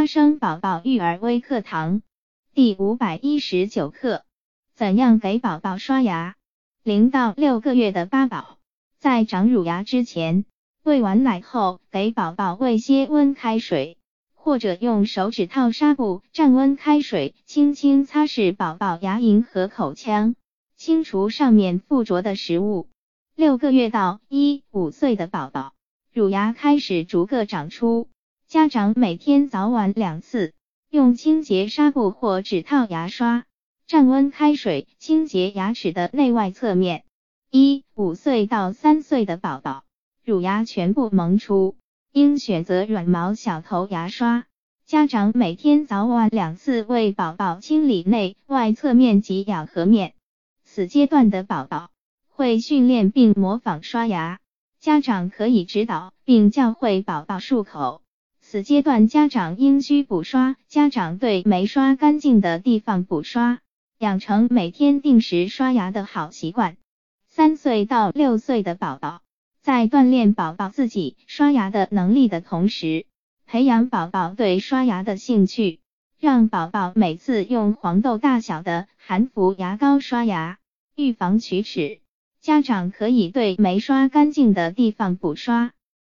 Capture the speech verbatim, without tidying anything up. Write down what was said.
发生宝宝育儿微课堂第五百一十九课：怎样给宝宝刷牙？零到六个月的八宝，在长乳牙之前，喂完奶后，给宝宝喂些温开水，或者用手指套纱布蘸温开水，轻轻擦拭宝宝牙龈和口腔，清除上面附着的食物。六个月到一五岁的宝宝，乳牙开始逐个长出，家长每天早晚两次，用清洁纱布或指套牙刷蘸温开水清洁牙齿的内外侧面。一五岁到三岁的宝宝，乳牙全部萌出，应选择软毛小头牙刷。家长每天早晚两次为宝宝清理内外侧面及咬合面。此阶段的宝宝会训练并模仿刷牙，家长可以指导并教会宝宝漱口。此阶段家长应需补刷，家长对没刷干净的地方补刷，养成每天定时刷牙的好习惯。三岁到六岁的宝宝，在锻炼宝宝自己刷牙的能力的同时，培养宝宝对刷牙的兴趣，让宝宝每次用黄豆大小的含氟牙膏刷牙，预防龋齿。家长可以对没刷干净的地方补刷，